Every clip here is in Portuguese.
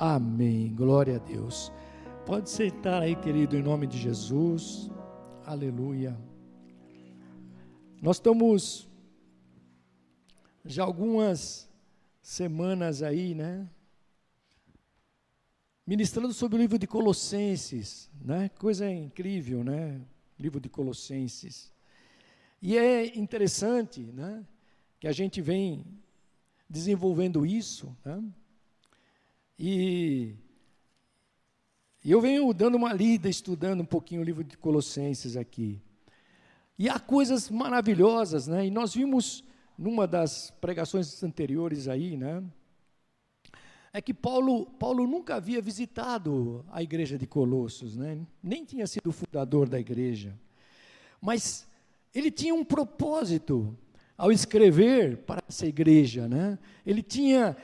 Amém, glória a Deus. Pode sentar aí, querido, em nome de Jesus. Aleluia. Nós estamos já algumas semanas aí, né, ministrando sobre o livro de Colossenses, né, coisa incrível, né, livro de Colossenses. E é interessante, né, que a gente vem desenvolvendo isso, né, e eu venho dando uma lida, estudando um pouquinho o livro de Colossenses aqui, e há coisas maravilhosas, né, e nós vimos numa das pregações anteriores aí, né, é que Paulo nunca havia visitado a igreja de Colossos, né, nem tinha sido o fundador da igreja, mas ele tinha um propósito ao escrever para essa igreja, né? Ele tinha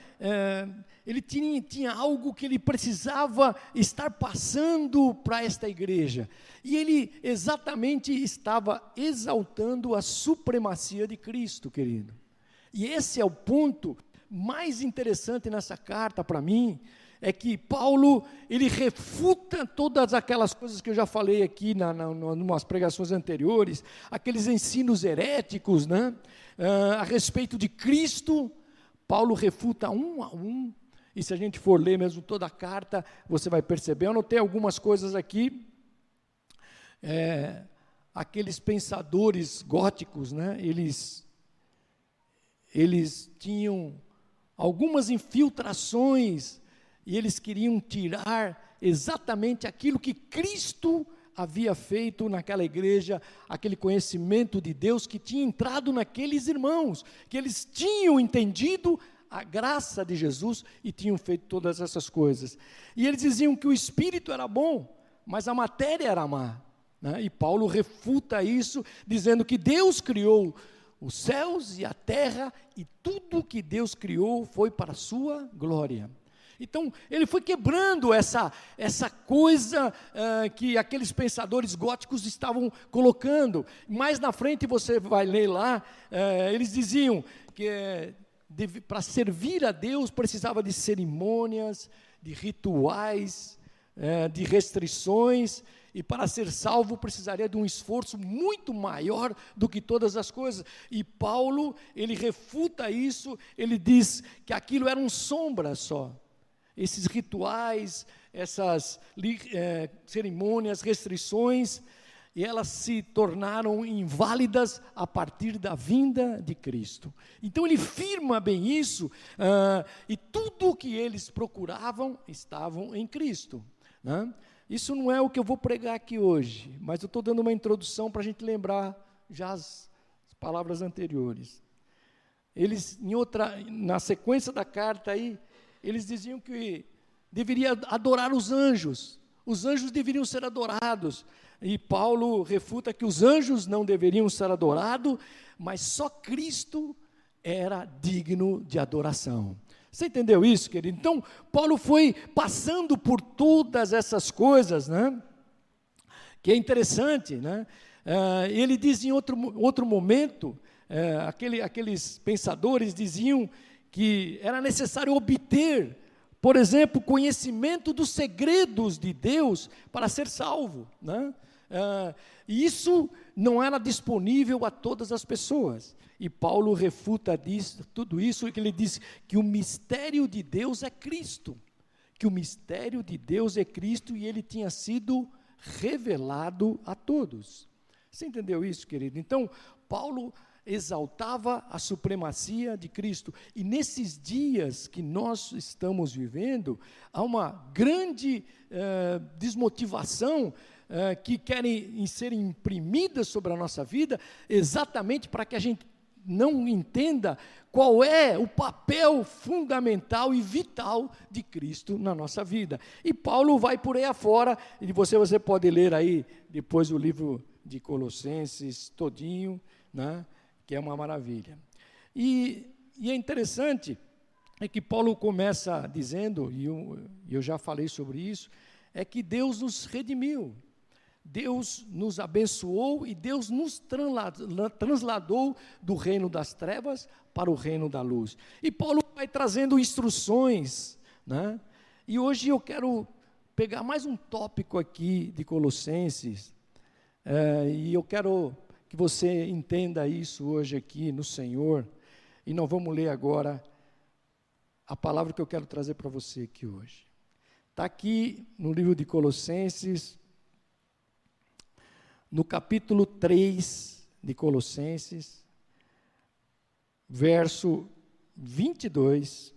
algo que ele precisava estar passando para esta igreja, e ele exatamente estava exaltando a supremacia de Cristo, querido. E esse é o ponto mais interessante nessa carta para mim, é que Paulo, ele refuta todas aquelas coisas que eu já falei aqui nas pregações anteriores, aqueles ensinos heréticos, né, a respeito de Cristo. Paulo refuta um a um, e se a gente for ler mesmo toda a carta, você vai perceber. Eu anotei algumas coisas aqui, aqueles pensadores góticos, né, eles tinham algumas infiltrações, e eles queriam tirar exatamente aquilo que Cristo havia feito naquela igreja, aquele conhecimento de Deus que tinha entrado naqueles irmãos, que eles tinham entendido a graça de Jesus e tinham feito todas essas coisas. E eles diziam que o Espírito era bom, mas a matéria era má, né? E Paulo refuta isso, dizendo que Deus criou os céus e a terra, e tudo que Deus criou foi para a sua glória. Então, ele foi quebrando essa coisa que aqueles pensadores góticos estavam colocando. Mais na frente você vai ler lá, eles diziam que para servir a Deus precisava de cerimônias, de rituais, de restrições, e para ser salvo precisaria de um esforço muito maior do que todas as coisas. E Paulo, ele refuta isso, ele diz que aquilo eram sombras só. Esses rituais, essas cerimônias, restrições, e elas se tornaram inválidas a partir da vinda de Cristo. Então ele firma bem isso, e tudo o que eles procuravam estavam em Cristo, né? Isso não é o que eu vou pregar aqui hoje, mas eu estou dando uma introdução para a gente lembrar já as palavras anteriores. Eles, na sequência da carta aí, eles diziam que deveria adorar os anjos deveriam ser adorados, e Paulo refuta que os anjos não deveriam ser adorados, mas só Cristo era digno de adoração. Você entendeu isso, querido? Então, Paulo foi passando por todas essas coisas, né, que é interessante, né? Ele diz em outro momento, aqueles pensadores diziam que era necessário obter, por exemplo, conhecimento dos segredos de Deus para ser salvo, né? E isso não era disponível a todas as pessoas, e Paulo refuta tudo isso, que ele diz que o mistério de Deus é Cristo, e ele tinha sido revelado a todos. Você entendeu isso, querido? Então, Paulo exaltava a supremacia de Cristo, e nesses dias que nós estamos vivendo, há uma grande desmotivação, que querem ser imprimidas sobre a nossa vida, exatamente para que a gente não entenda qual é o papel fundamental e vital de Cristo na nossa vida. E Paulo vai por aí afora, e você pode ler aí depois o livro de Colossenses todinho, né, que é uma maravilha. E é interessante, é que Paulo começa dizendo, e eu já falei sobre isso, é que Deus nos redimiu, Deus nos abençoou, e Deus nos transladou do reino das trevas para o reino da luz. E Paulo vai trazendo instruções, né? E hoje eu quero pegar mais um tópico aqui de Colossenses, e eu quero que você entenda isso hoje aqui no Senhor, e nós vamos ler agora a palavra que eu quero trazer para você aqui hoje. Está aqui no livro de Colossenses, no capítulo 3 de Colossenses, verso 22.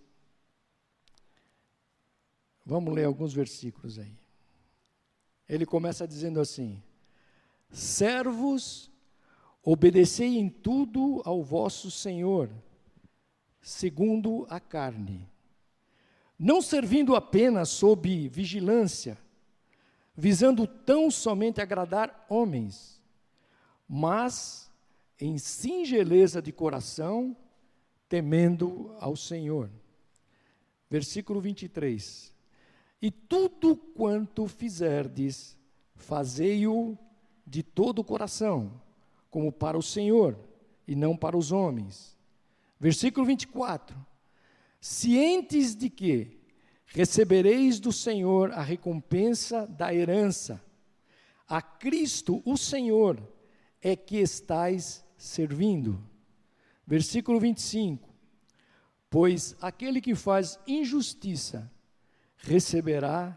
Vamos ler alguns versículos aí. Ele começa dizendo assim: servos, obedecei em tudo ao vosso Senhor, segundo a carne, não servindo apenas sob vigilância, visando tão somente agradar homens, mas em singeleza de coração, temendo ao Senhor. Versículo 23. E tudo quanto fizerdes, fazei-o de todo o coração, como para o Senhor, e não para os homens. Versículo 24. Cientes de que recebereis do Senhor a recompensa da herança, a Cristo, o Senhor, é que estais servindo. Versículo 25. Pois aquele que faz injustiça receberá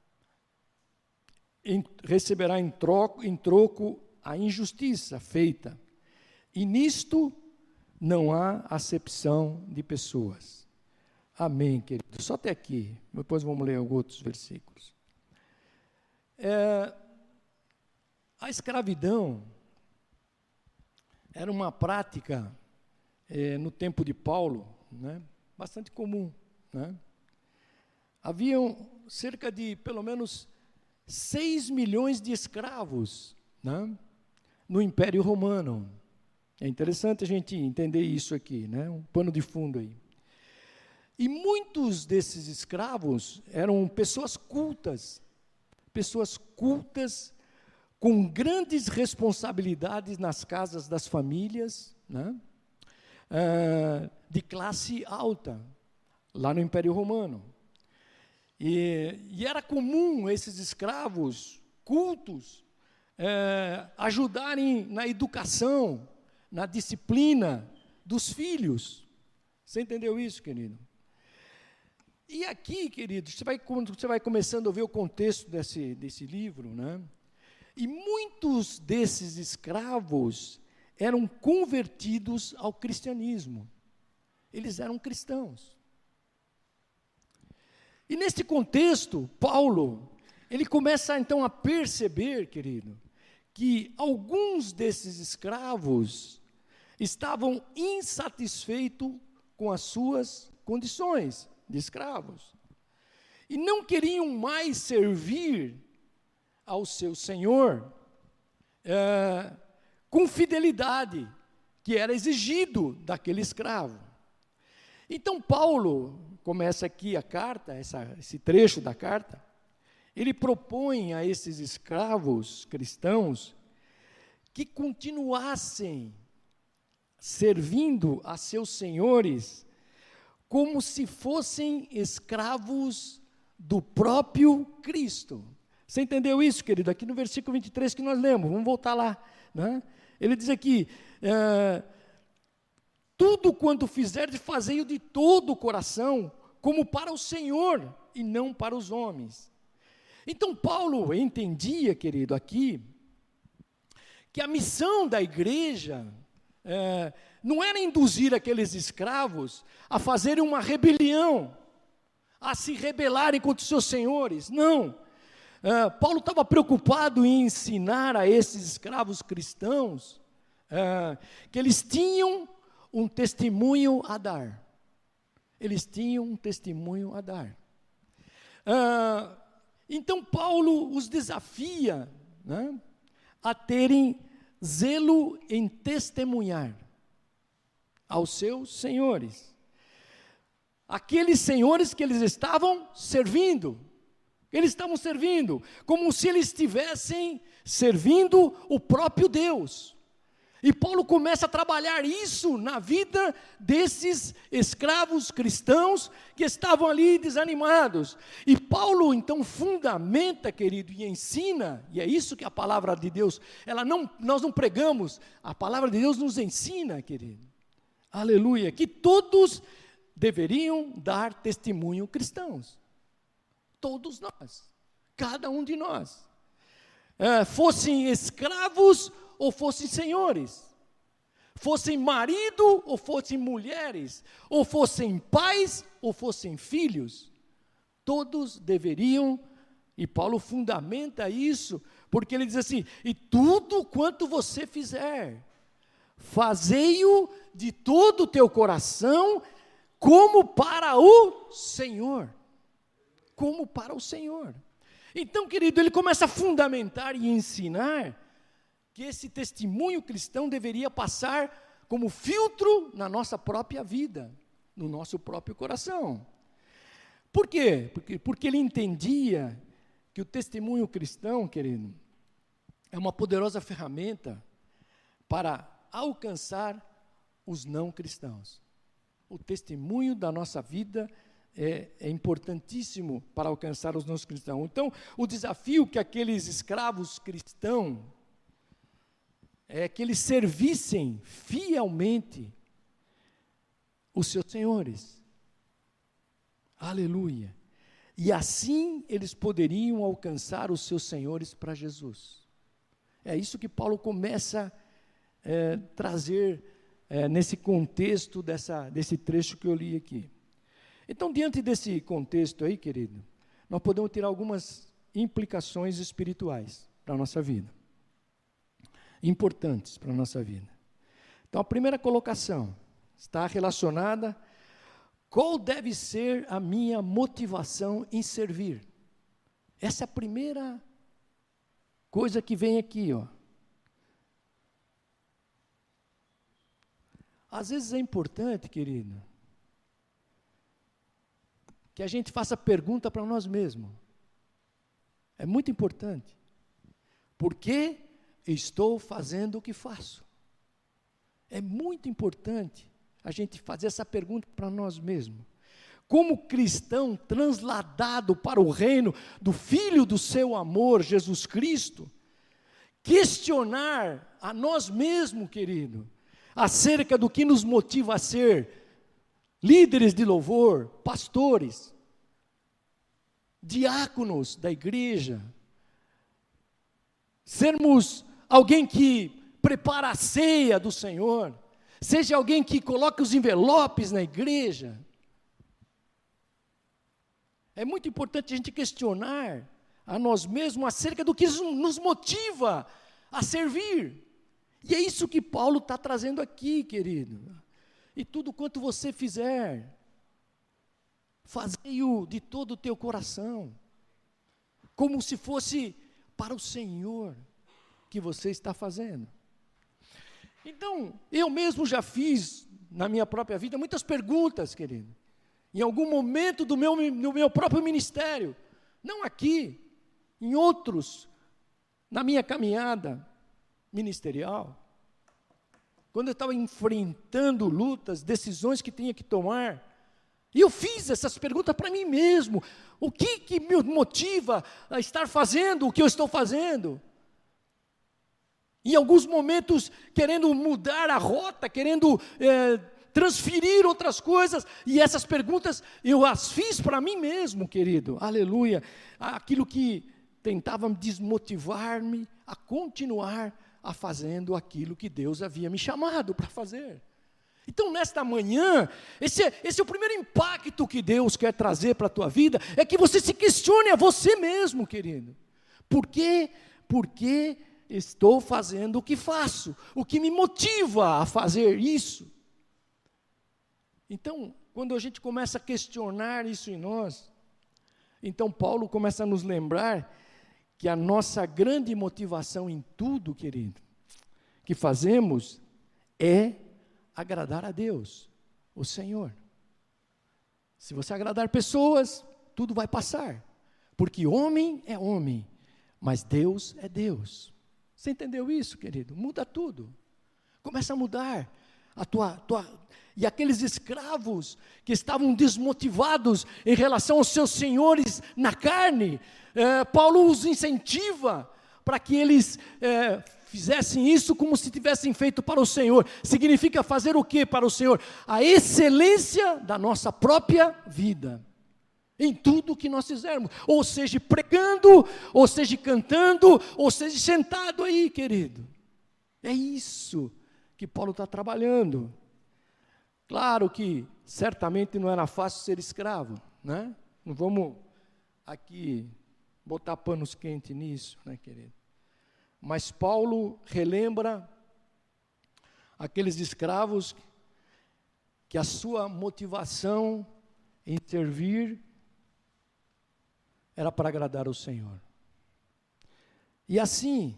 em troco a injustiça feita, e nisto não há acepção de pessoas. Amém, querido. Só até aqui, depois vamos ler outros versículos. A escravidão era uma prática no tempo de Paulo, né, bastante comum, né? Haviam cerca de, pelo menos, 6 milhões de escravos, né, no Império Romano. É interessante a gente entender isso aqui, né, um pano de fundo aí. E muitos desses escravos eram pessoas cultas com grandes responsabilidades nas casas das famílias, né, de classe alta, lá no Império Romano. E era comum esses escravos cultos ajudarem na educação, na disciplina dos filhos. Você entendeu isso, querido? E aqui, querido, quando você vai começando a ver o contexto desse livro, né? E muitos desses escravos eram convertidos ao cristianismo. Eles eram cristãos. E neste contexto, Paulo, ele começa então a perceber, querido, que alguns desses escravos estavam insatisfeitos com as suas condições de escravos. E não queriam mais servir ao seu senhor com fidelidade, que era exigido daquele escravo. Então Paulo começa aqui a carta, esse trecho da carta, ele propõe a esses escravos cristãos que continuassem servindo a seus senhores como se fossem escravos do próprio Cristo. Você entendeu isso, querido? Aqui no versículo 23 que nós lemos, vamos voltar lá, né? Ele diz aqui, tudo quanto fizerdes, fazei-o de todo o coração, como para o Senhor, e não para os homens. Então, Paulo entendia, querido, aqui, que a missão da igreja não era induzir aqueles escravos a fazerem uma rebelião, a se rebelarem contra os seus senhores, não. Paulo estava preocupado em ensinar a esses escravos cristãos que eles tinham um testemunho a dar. Eles tinham um testemunho a dar. Então, Paulo os desafia, né, a terem zelo em testemunhar aos seus senhores. Aqueles senhores que eles estavam servindo. Eles estavam servindo como se eles estivessem servindo o próprio Deus. E Paulo começa a trabalhar isso na vida desses escravos cristãos que estavam ali desanimados. E Paulo então fundamenta, querido, e ensina, e é isso que a palavra de Deus, nós não pregamos, a palavra de Deus nos ensina, querido. Aleluia, que todos deveriam dar testemunho cristãos. Todos nós, cada um de nós. Fossem escravos ou fossem senhores, fossem marido ou fossem mulheres, ou fossem pais ou fossem filhos, todos deveriam, e Paulo fundamenta isso, porque ele diz assim: e tudo quanto você fizer, fazei-o de todo o teu coração, como para o Senhor, como para o Senhor. Então, querido, ele começa a fundamentar e ensinar que esse testemunho cristão deveria passar como filtro na nossa própria vida, no nosso próprio coração. Por quê? Porque ele entendia que o testemunho cristão, querido, é uma poderosa ferramenta para alcançar os não cristãos. O testemunho da nossa vida é importantíssimo para alcançar os não cristãos. Então, o desafio que aqueles escravos cristãos é que eles servissem fielmente os seus senhores. Aleluia. E assim eles poderiam alcançar os seus senhores para Jesus. É isso que Paulo começa a trazer nesse contexto desse trecho que eu li aqui. Então, diante desse contexto aí, querido, nós podemos tirar algumas implicações espirituais para a nossa vida. Importantes para a nossa vida. Então, a primeira colocação está relacionada: qual deve ser a minha motivação em servir? Essa é a primeira coisa que vem aqui, ó. Às vezes é importante, querido, que a gente faça pergunta para nós mesmos. É muito importante. Por que estou fazendo o que faço? É muito importante a gente fazer essa pergunta para nós mesmos. Como cristão transladado para o reino do Filho do seu amor, Jesus Cristo, questionar a nós mesmos, querido, acerca do que nos motiva a ser líderes de louvor, pastores, diáconos da igreja, sermos alguém que prepara a ceia do Senhor, seja alguém que coloca os envelopes na igreja. É muito importante a gente questionar a nós mesmos acerca do que nos motiva a servir. E é isso que Paulo está trazendo aqui, querido. E tudo quanto você fizer, fazei-o de todo o teu coração, como se fosse para o Senhor que você está fazendo. Então, eu mesmo já fiz, na minha própria vida, muitas perguntas, querido. Em algum momento do meu próprio ministério, não aqui, em outros, na minha caminhada ministerial, quando eu estava enfrentando lutas, decisões que tinha que tomar, e eu fiz essas perguntas para mim mesmo: o que me motiva a estar fazendo o que eu estou fazendo? Em alguns momentos, querendo mudar a rota, querendo transferir outras coisas, e essas perguntas eu as fiz para mim mesmo, querido, aleluia, aquilo que tentava desmotivar-me a continuar a fazendo aquilo que Deus havia me chamado para fazer. Então, nesta manhã, esse é o primeiro impacto que Deus quer trazer para a tua vida, é que você se questione a você mesmo, querido. Por que estou fazendo o que faço? O que me motiva a fazer isso? Então, quando a gente começa a questionar isso em nós, então Paulo começa a nos lembrar que a nossa grande motivação em tudo, querido, que fazemos é agradar a Deus, o Senhor. Se você agradar pessoas, tudo vai passar, porque homem é homem, mas Deus é Deus. Você entendeu isso, querido? Muda tudo. Começa a mudar. E aqueles escravos que estavam desmotivados em relação aos seus senhores na carne, Paulo os incentiva para que eles fizessem isso como se tivessem feito para o Senhor. Significa fazer o que para o Senhor? A excelência da nossa própria vida, em tudo que nós fizermos, ou seja, pregando, ou seja, cantando, ou seja, sentado aí, querido. É isso que Paulo está trabalhando. Claro que certamente não era fácil ser escravo, né? Não vamos aqui botar panos quentes nisso, né, querido? Mas Paulo relembra aqueles escravos que a sua motivação em servir era para agradar ao Senhor. E assim,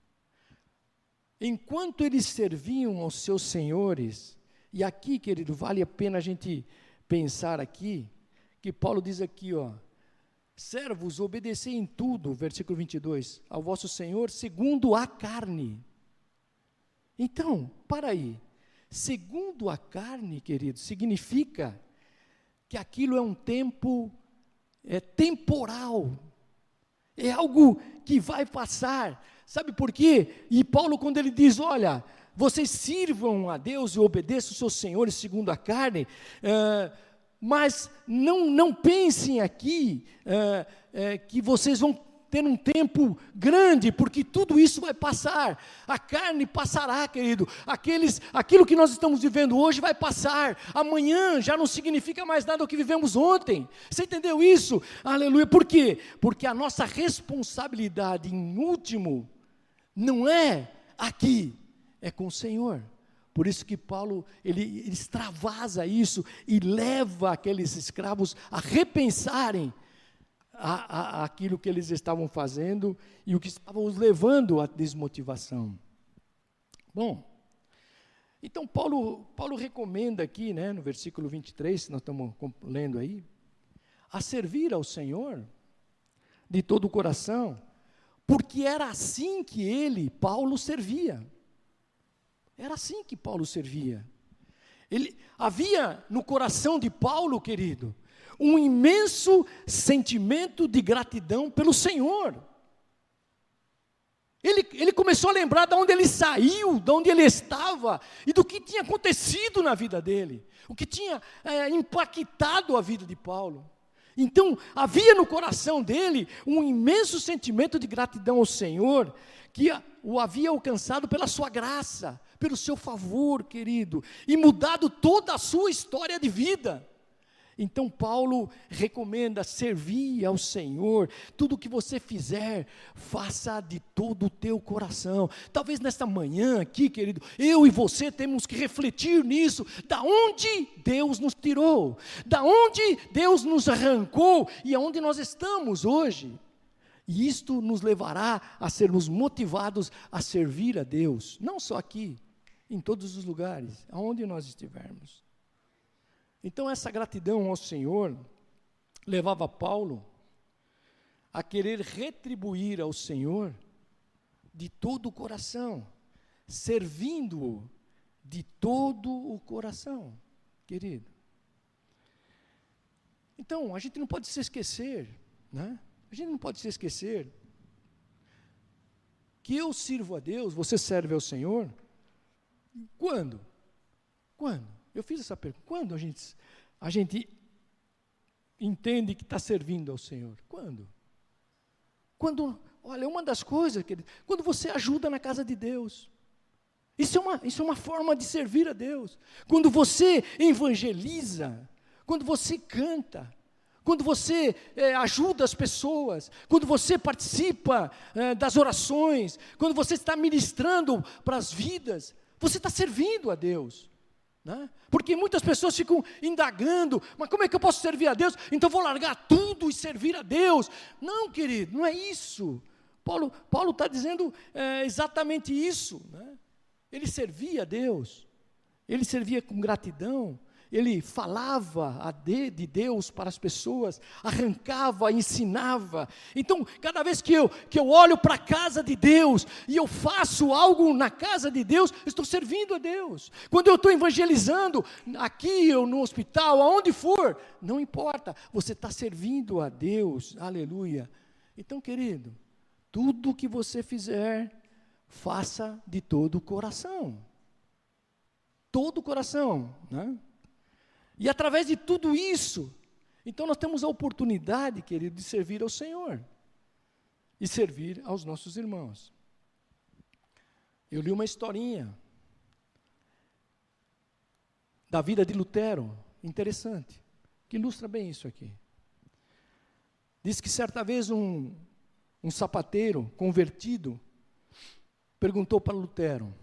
enquanto eles serviam aos seus senhores, e aqui, querido, vale a pena a gente pensar aqui, que Paulo diz aqui, ó, servos, obedecei em tudo, versículo 22, ao vosso Senhor, segundo a carne. Então, para aí, segundo a carne, querido, significa que aquilo é um tempo temporal, é algo que vai passar, sabe por quê? E Paulo, quando ele diz, olha, vocês sirvam a Deus e obedeçam os seus senhores segundo a carne, mas não pensem aqui que vocês vão ter um tempo grande, porque tudo isso vai passar, a carne passará, querido, aquilo que nós estamos vivendo hoje vai passar, amanhã já não significa mais nada do que vivemos ontem, você entendeu isso? Aleluia, por quê? Porque a nossa responsabilidade em último, não é aqui, é com o Senhor. Por isso que Paulo, ele extravasa isso e leva aqueles escravos a repensarem aquilo que eles estavam fazendo e o que estava os levando à desmotivação. Bom, então Paulo recomenda aqui, né, no versículo 23, nós estamos lendo aí, a servir ao Senhor de todo o coração, porque era assim que Paulo servia. Era assim que Paulo servia. Havia no coração de Paulo, querido, um imenso sentimento de gratidão pelo Senhor. Ele começou a lembrar de onde ele saiu, de onde ele estava, e do que tinha acontecido na vida dele, o que tinha impactado a vida de Paulo. Então, havia no coração dele um imenso sentimento de gratidão ao Senhor, que o havia alcançado pela sua graça, pelo seu favor, querido, e mudado toda a sua história de vida. Então Paulo recomenda servir ao Senhor, tudo que você fizer, faça de todo o teu coração. Talvez nesta manhã aqui, querido, eu e você temos que refletir nisso, da onde Deus nos tirou, da onde Deus nos arrancou e aonde nós estamos hoje. E isto nos levará a sermos motivados a servir a Deus, não só aqui, em todos os lugares, aonde nós estivermos. Então essa gratidão ao Senhor levava Paulo a querer retribuir ao Senhor de todo o coração, servindo-o de todo o coração, querido. Então a gente não pode se esquecer, né? A gente não pode se esquecer que eu sirvo a Deus, você serve ao Senhor. Quando? Quando? Eu fiz essa pergunta. Quando a gente entende que está servindo ao Senhor? Quando? Quando, olha, uma das coisas, querido, quando você ajuda na casa de Deus. Isso é uma forma de servir a Deus. Quando você evangeliza, quando você canta, quando você ajuda as pessoas, quando você participa das orações, quando você está ministrando para as vidas, você está servindo a Deus. Né? Porque muitas pessoas ficam indagando, mas como é que eu posso servir a Deus? Então vou largar tudo e servir a Deus. Não, querido, não é isso. Paulo está dizendo exatamente isso. Né? Ele servia a Deus, ele servia com gratidão, ele falava de Deus para as pessoas, arrancava, ensinava. Então, cada vez que eu olho para a casa de Deus, e eu faço algo na casa de Deus, eu estou servindo a Deus. Quando eu estou evangelizando, aqui ou no hospital, aonde for, não importa, você está servindo a Deus, aleluia. Então, querido, tudo que você fizer, faça de todo o coração. Todo o coração, né? E através de tudo isso, então nós temos a oportunidade, querido, de servir ao Senhor e servir aos nossos irmãos. Eu li uma historinha da vida de Lutero, interessante, que ilustra bem isso aqui. Diz que certa vez um sapateiro convertido perguntou para Lutero,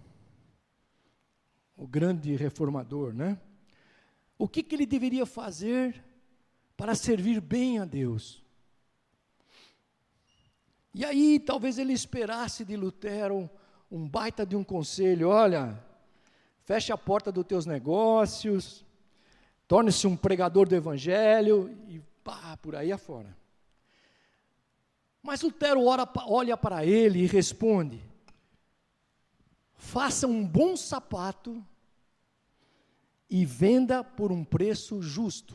o grande reformador, né? O que ele deveria fazer para servir bem a Deus? E aí, talvez ele esperasse de Lutero um baita de um conselho: olha, feche a porta dos teus negócios, torne-se um pregador do evangelho, e pá, por aí afora. Mas Lutero olha para ele e responde: faça um bom sapato e venda por um preço justo.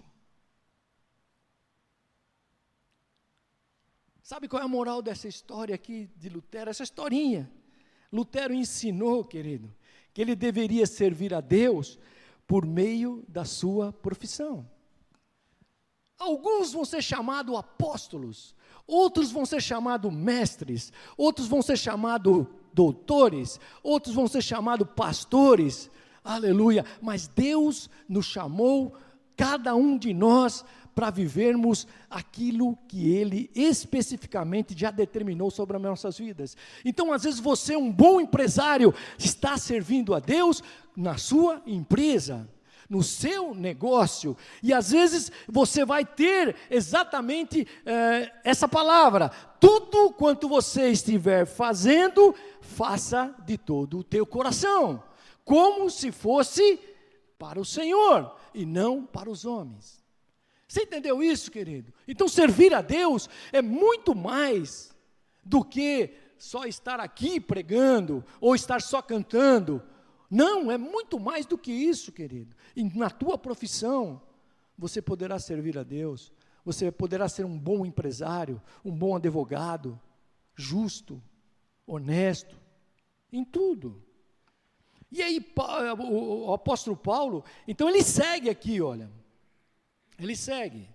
Sabe qual é a moral dessa história aqui de Lutero? Essa historinha. Lutero ensinou, querido, que ele deveria servir a Deus por meio da sua profissão. Alguns vão ser chamados apóstolos, outros vão ser chamados mestres, outros vão ser chamados doutores, outros vão ser chamados pastores, aleluia, mas Deus nos chamou, cada um de nós, para vivermos aquilo que Ele especificamente já determinou sobre as nossas vidas. Então, às vezes você é um bom empresário, está servindo a Deus na sua empresa, no seu negócio, e às vezes você vai ter exatamente essa palavra: tudo quanto você estiver fazendo, faça de todo o teu coração, como se fosse para o Senhor e não para os homens. Você entendeu isso, querido? Então, servir a Deus é muito mais do que só estar aqui pregando ou estar só cantando. Não, é muito mais do que isso, querido. E na tua profissão, você poderá servir a Deus, você poderá ser um bom empresário, um bom advogado, justo, honesto, em tudo. E aí, o apóstolo Paulo, então ele segue aqui, olha, ele segue.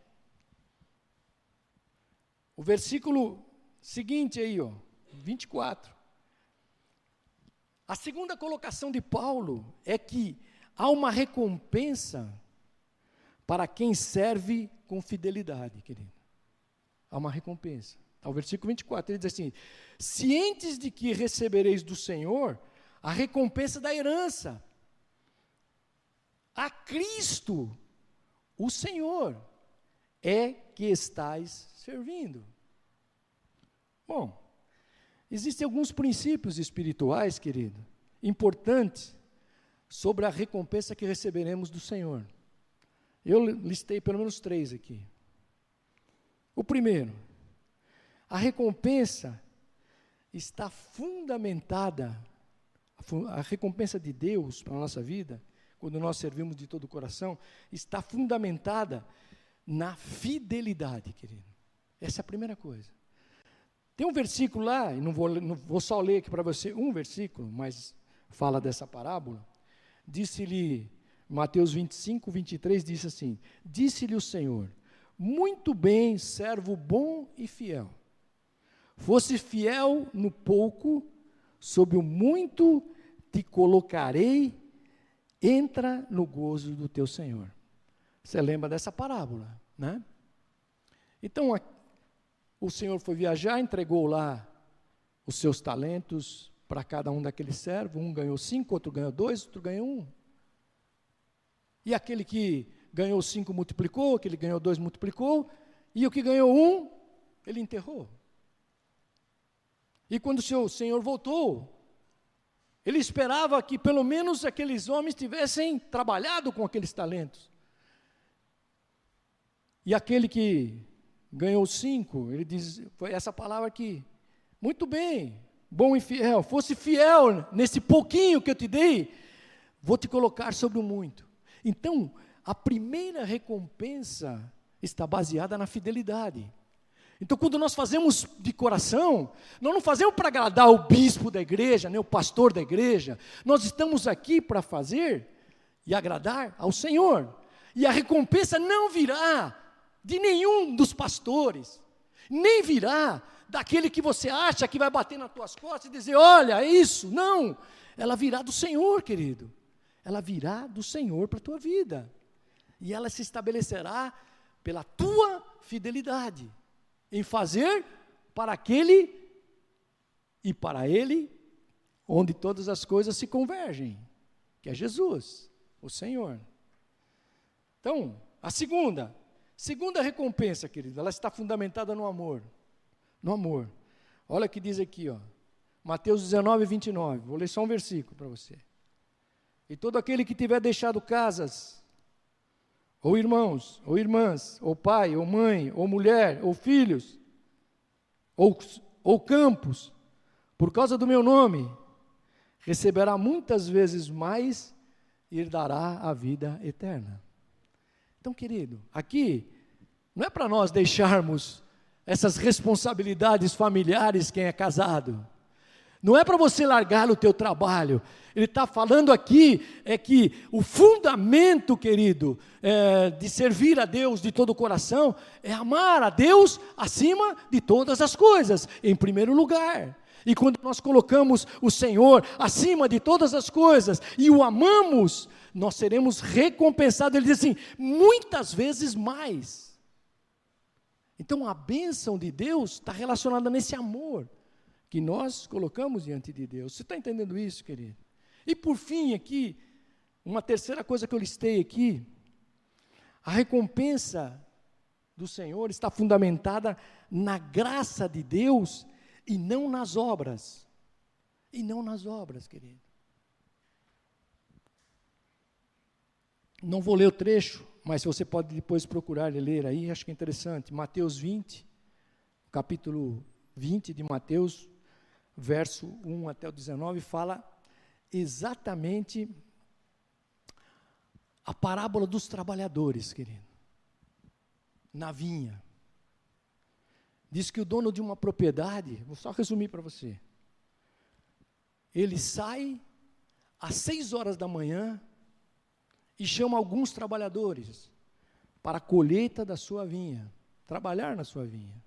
O versículo seguinte aí, ó, 24. A segunda colocação de Paulo é que há uma recompensa para quem serve com fidelidade, querido. Há uma recompensa. O versículo 24, ele diz assim: cientes de que recebereis do Senhor a recompensa da herança, a Cristo, o Senhor, é que estais servindo. Bom, existem alguns princípios espirituais, querido, importantes, sobre a recompensa que receberemos do Senhor. Eu listei pelo menos 3 aqui. O primeiro, a recompensa está fundamentada, a recompensa de Deus para a nossa vida, quando nós servimos de todo o coração, está fundamentada na fidelidade, querido. Essa é a primeira coisa. Tem um versículo lá, e não vou só ler aqui para você um versículo, mas fala dessa parábola. Disse-lhe, Mateus 25, 23, disse assim: disse-lhe o Senhor: muito bem, servo bom e fiel. Fosse fiel no pouco, sob o muito te colocarei, entra no gozo do teu Senhor. Você lembra dessa parábola, né? Então, o Senhor foi viajar, entregou lá os seus talentos para cada um daqueles servos. Um ganhou 5, outro ganhou 2, outro ganhou 1. E aquele que ganhou 5 multiplicou, aquele que ganhou 2 multiplicou, e o que ganhou 1, ele enterrou. E quando o seu Senhor voltou, ele esperava que pelo menos aqueles homens tivessem trabalhado com aqueles talentos. E aquele que ganhou 5, ele diz, foi essa palavra aqui, muito bem, bom e fiel, fosse fiel nesse pouquinho que eu te dei, vou te colocar sobre o muito. Então, a primeira recompensa está baseada na fidelidade. Então, quando nós fazemos de coração, nós não fazemos para agradar o bispo da igreja, nem o pastor da igreja, nós estamos aqui para fazer e agradar ao Senhor. E a recompensa não virá de nenhum dos pastores, nem virá daquele que você acha que vai bater nas tuas costas e dizer, olha, é isso. Não, ela virá do Senhor, querido. Ela virá do Senhor para a tua vida. E ela se estabelecerá pela tua fidelidade, em fazer para aquele e para ele, onde todas as coisas se convergem, que é Jesus, o Senhor. Então, a segunda recompensa, querido, ela está fundamentada no amor. No amor. Olha o que diz aqui, ó, Mateus 19, 29. Vou ler só um versículo para você. E todo aquele que tiver deixado casas, ou irmãos, ou irmãs, ou pai, ou mãe, ou mulher, ou filhos, ou campos, por causa do meu nome, receberá muitas vezes mais e herdará a vida eterna. Então, querido, aqui não é para nós deixarmos essas responsabilidades familiares quem é casado. Não é para você largar o teu trabalho. Ele está falando aqui é que o fundamento, querido, de servir a Deus de todo o coração, é amar a Deus acima de todas as coisas, em primeiro lugar. E quando nós colocamos o Senhor acima de todas as coisas e o amamos, nós seremos recompensados. Ele diz assim, muitas vezes mais. Então a bênção de Deus está relacionada nesse amor que nós colocamos diante de Deus. Você está entendendo isso, querido? E por fim aqui, uma terceira coisa que eu listei aqui, a recompensa do Senhor está fundamentada na graça de Deus e não nas obras. E não nas obras, querido. Não vou ler o trecho, mas você pode depois procurar e ler aí, acho que é interessante. Mateus 20, capítulo 20 de Mateus, verso 1 até o 19, fala exatamente a parábola dos trabalhadores, querido, na vinha. Diz que o dono de uma propriedade, vou só resumir para você, ele sai às 6 horas da manhã e chama alguns trabalhadores para a colheita da sua vinha, trabalhar na sua vinha.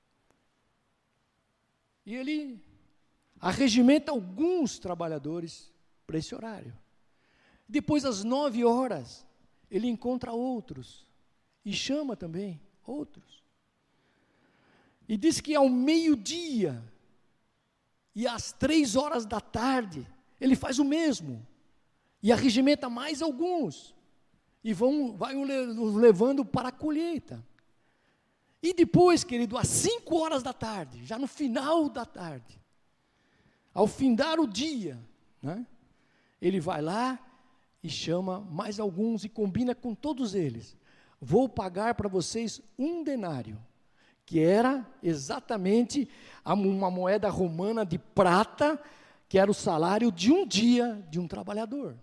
E ele arregimenta alguns trabalhadores para esse horário. Depois, às 9 horas, ele encontra outros e chama também outros. E diz que ao meio-dia e às 3 horas da tarde, ele faz o mesmo. E arregimenta mais alguns. E vai os levando para a colheita. E depois, querido, às 5 horas da tarde, já no final da tarde, ao findar o dia, né, ele vai lá e chama mais alguns e combina com todos eles. Vou pagar para vocês 1 denário, que era exatamente uma moeda romana de prata, que era o salário de um dia de um trabalhador.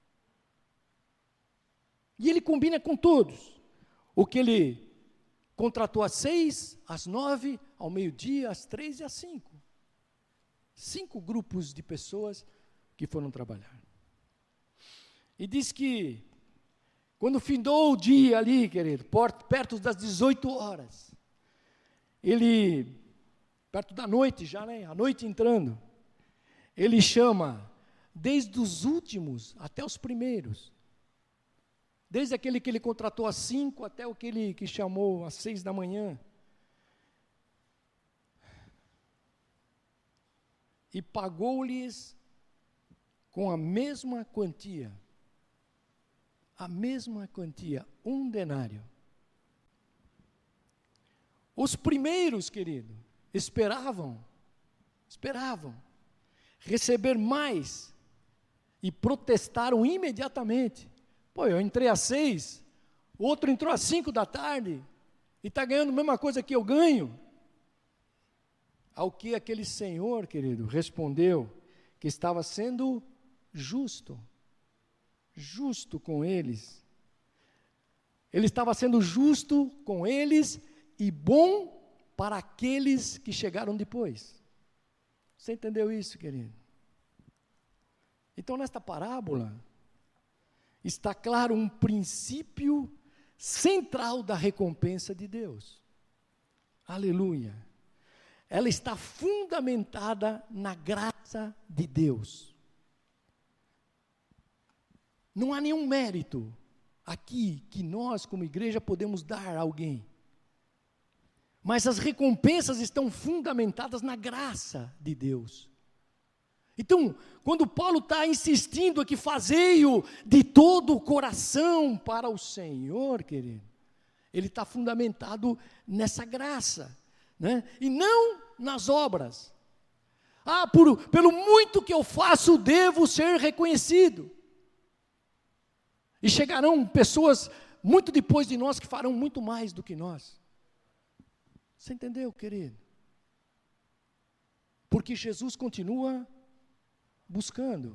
E ele combina com todos. O que ele contratou às 6, às 9, ao meio-dia, às 3 e às 5. 5 grupos de pessoas que foram trabalhar. E diz que, quando findou o dia ali, querido, perto das 18 horas, ele, perto da noite já, né, a noite entrando, ele chama, desde os últimos até os primeiros, desde aquele que ele contratou às 5 até aquele que chamou às 6 da manhã, e pagou-lhes com a mesma quantia, 1 denário. Os primeiros, querido, esperavam receber mais e protestaram imediatamente. Pô, eu entrei às 6, outro entrou às 5 da tarde, e está ganhando a mesma coisa que eu ganho. Ao que aquele senhor, querido, respondeu que estava sendo justo com eles. Ele estava sendo justo com eles e bom para aqueles que chegaram depois. Você entendeu isso, querido? Então, nesta parábola, está claro um princípio central da recompensa de Deus. Aleluia! Ela está fundamentada na graça de Deus. Não há nenhum mérito aqui que nós, como igreja, podemos dar a alguém. Mas as recompensas estão fundamentadas na graça de Deus. Então, quando Paulo está insistindo aqui, fazei-o de todo o coração para o Senhor, querido, ele está fundamentado nessa graça, né? E não nas obras. Pelo muito que eu faço, devo ser reconhecido. E chegarão pessoas muito depois de nós que farão muito mais do que nós. Você entendeu, querido? Porque Jesus continua buscando.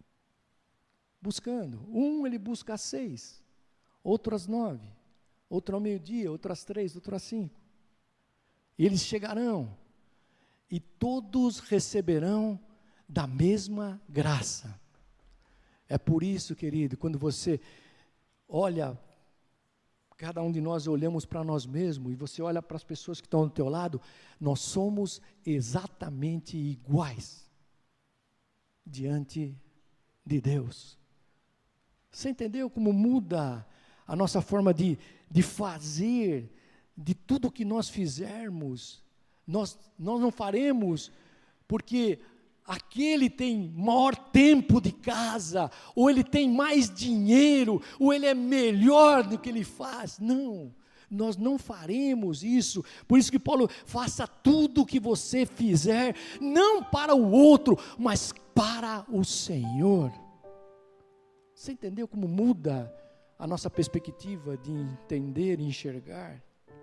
Ele busca às 6, outro às 9, outro ao meio-dia, outro às 3, outro às 5. E eles chegarão, e todos receberão da mesma graça. É por isso, querido, quando você olha, cada um de nós olhamos para nós mesmos, e você olha para as pessoas que estão do teu lado, nós somos exatamente iguais diante de Deus. Você entendeu como muda a nossa forma de fazer, de tudo que nós fizermos? Nós não faremos porque aquele tem maior tempo de casa, ou ele tem mais dinheiro, ou ele é melhor do que ele faz. Não, nós não faremos isso. Por isso que Paulo, faça tudo o que você fizer, não para o outro, mas para o Senhor. Você entendeu como muda a nossa perspectiva de entender e enxergar?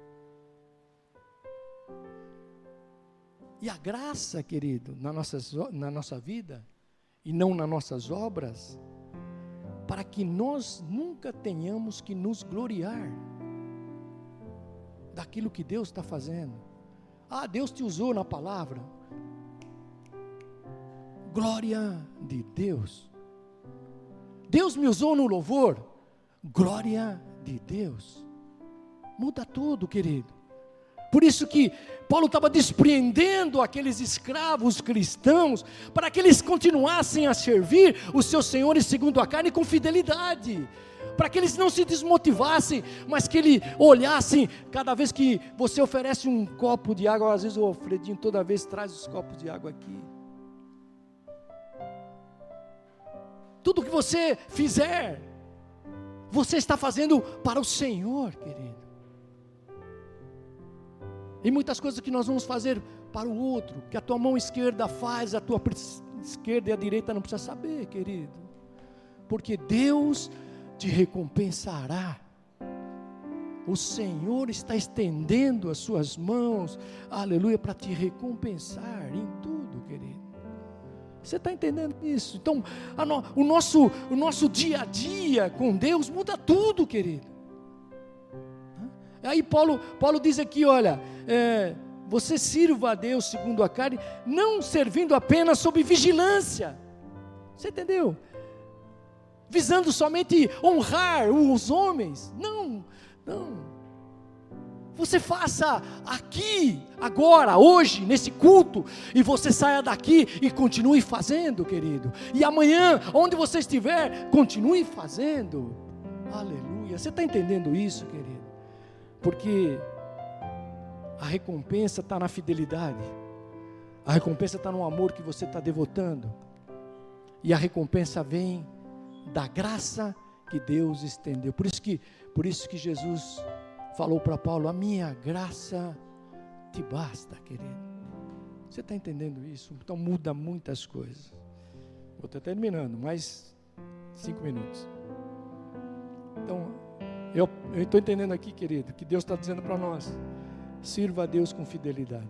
E a graça, querido, na nossa vida, e não nas nossas obras, para que nós nunca tenhamos que nos gloriar daquilo que Deus está fazendo. Deus te usou na palavra. Glória de Deus. Deus me usou no louvor. Glória de Deus. Muda tudo, querido. Por isso que Paulo estava despreendendo aqueles escravos cristãos, para que eles continuassem a servir os seus senhores segundo a carne com fidelidade, para que eles não se desmotivassem, mas que ele olhassem, cada vez que você oferece um copo de água, às vezes o Alfredinho toda vez traz os copos de água aqui. Tudo que você fizer, você está fazendo para o Senhor, querido. E muitas coisas que nós vamos fazer para o outro, que a tua mão esquerda faz, a tua esquerda e a direita não precisa saber, querido. Porque Deus te recompensará. O Senhor está estendendo as suas mãos, aleluia, para te recompensar em tudo, querido. Você está entendendo isso? Então, o nosso dia a dia com Deus muda tudo, querido. Aí Paulo diz aqui, olha, você sirva a Deus segundo a carne, não servindo apenas sob vigilância. Você entendeu? Visando somente honrar os homens. Não. Você faça aqui, agora, hoje, nesse culto, e você saia daqui e continue fazendo, querido. E amanhã, onde você estiver, continue fazendo. Aleluia. Você está entendendo isso, querido? Porque a recompensa está na fidelidade, a recompensa está no amor que você está devotando, e a recompensa vem da graça que Deus estendeu. Por isso que Jesus falou para Paulo, a minha graça te basta, querido. Você está entendendo isso? Então muda muitas coisas. Vou estar terminando, mais 5 minutos. Então, Eu estou entendendo aqui, querido, que Deus está dizendo para nós: sirva a Deus com fidelidade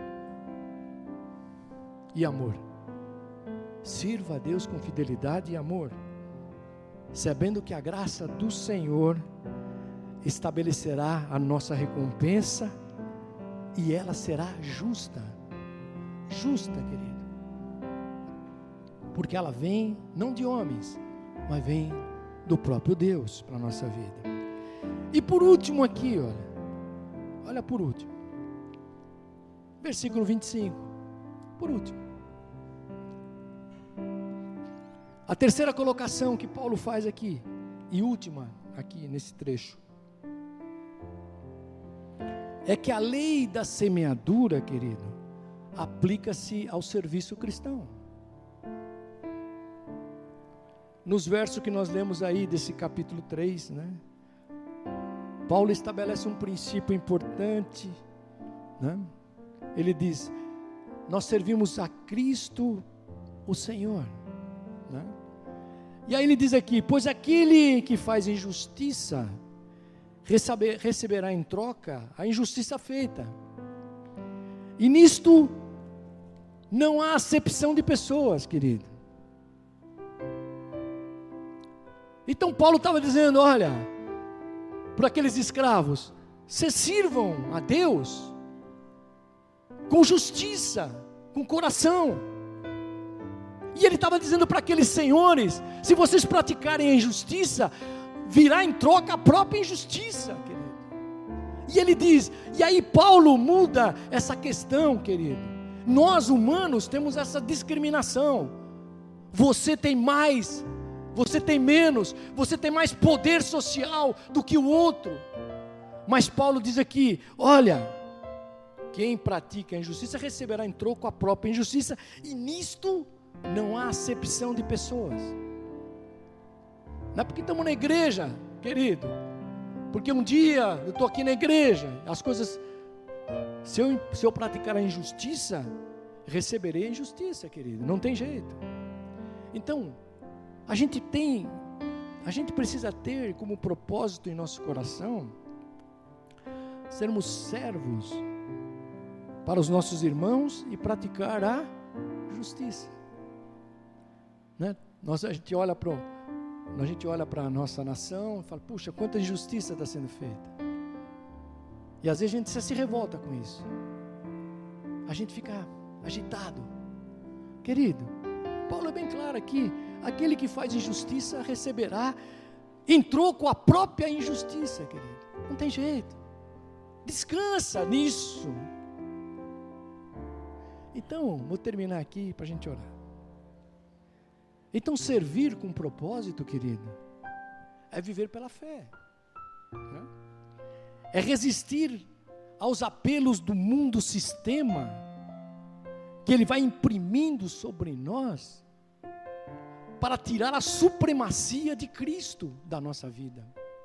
e amor. Sirva a Deus com fidelidade e amor, sabendo que a graça do Senhor estabelecerá a nossa recompensa, e ela será justa. Justa, querido, porque ela vem não de homens, mas vem do próprio Deus para a nossa vida. E por último aqui, olha por último, versículo 25, por último, a terceira colocação que Paulo faz aqui, e última aqui nesse trecho, é que a lei da semeadura, querido, aplica-se ao serviço cristão. Nos versos que nós lemos aí desse capítulo 3, né? Paulo estabelece um princípio importante, né? Ele diz: nós servimos a Cristo o Senhor, né? E aí ele diz aqui: pois aquele que faz injustiça receberá em troca a injustiça feita, e nisto não há acepção de pessoas, querido. Então Paulo estava dizendo: olha, para aqueles escravos, vocês sirvam a Deus com justiça, com coração. E ele estava dizendo para aqueles senhores: se vocês praticarem a injustiça, virá em troca a própria injustiça, querido. E ele diz, e aí Paulo muda essa questão, querido. Nós humanos temos essa discriminação. Você tem mais, você tem menos, você tem mais poder social do que o outro. Mas Paulo diz aqui: olha, quem pratica a injustiça receberá em troco a própria injustiça, e nisto não há acepção de pessoas. Não é porque estamos na igreja, querido, porque um dia eu estou aqui na igreja, as coisas, se eu praticar a injustiça, receberei a injustiça, querido, não tem jeito. Então, a gente precisa ter como propósito em nosso coração sermos servos para os nossos irmãos e praticar a justiça, né? A gente olha para a nossa nação e fala: puxa, quanta injustiça está sendo feita. E às vezes a gente se revolta com isso, a gente fica agitado. Querido, Paulo é bem claro aqui: aquele que faz injustiça receberá em troco a própria injustiça, querido. Não tem jeito. Descansa nisso. Então, vou terminar aqui para a gente orar. Então, servir com propósito, querido, é viver pela fé, né? É resistir aos apelos do mundo sistema, que ele vai imprimindo sobre nós, para tirar a supremacia de Cristo da nossa vida.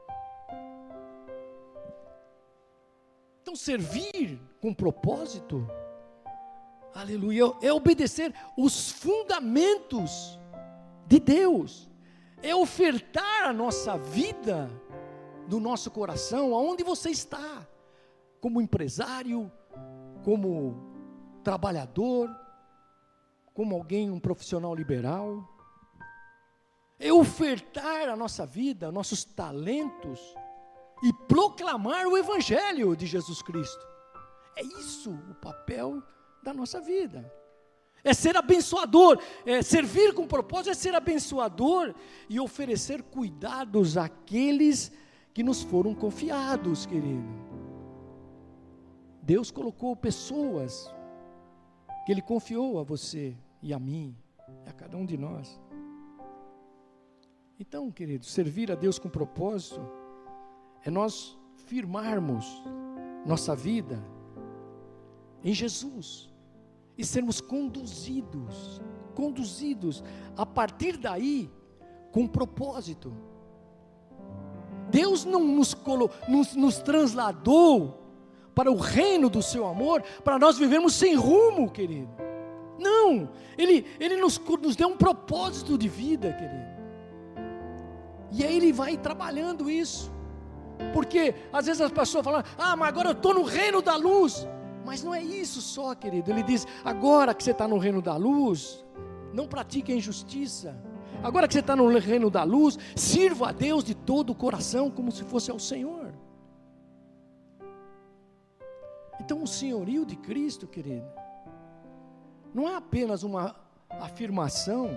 Então, servir com propósito, aleluia, é obedecer os fundamentos de Deus, é ofertar a nossa vida, do nosso coração, aonde você está, como empresário, como trabalhador, como um profissional liberal, é ofertar a nossa vida, nossos talentos, e proclamar o Evangelho de Jesus Cristo. É isso o papel da nossa vida. É ser abençoador, servir com propósito é ser abençoador e oferecer cuidados àqueles que nos foram confiados, querido. Deus colocou pessoas que Ele confiou a você e a mim, a cada um de nós. Então, querido, servir a Deus com propósito é nós firmarmos nossa vida em Jesus e sermos conduzidos a partir daí com propósito. Deus não nos trasladou para o reino do seu amor para nós vivermos sem rumo, querido. Não, Ele nos deu um propósito de vida, querido. E aí Ele vai trabalhando isso, Porque às vezes as pessoas falam, mas agora eu estou no reino da luz. Mas não é isso só, querido. Ele diz, agora que você está no reino da luz, não pratique a injustiça. Agora que você está no reino da luz, sirva a Deus de todo o coração, como se fosse ao Senhor. Então o senhorio de Cristo, querido, não é apenas uma afirmação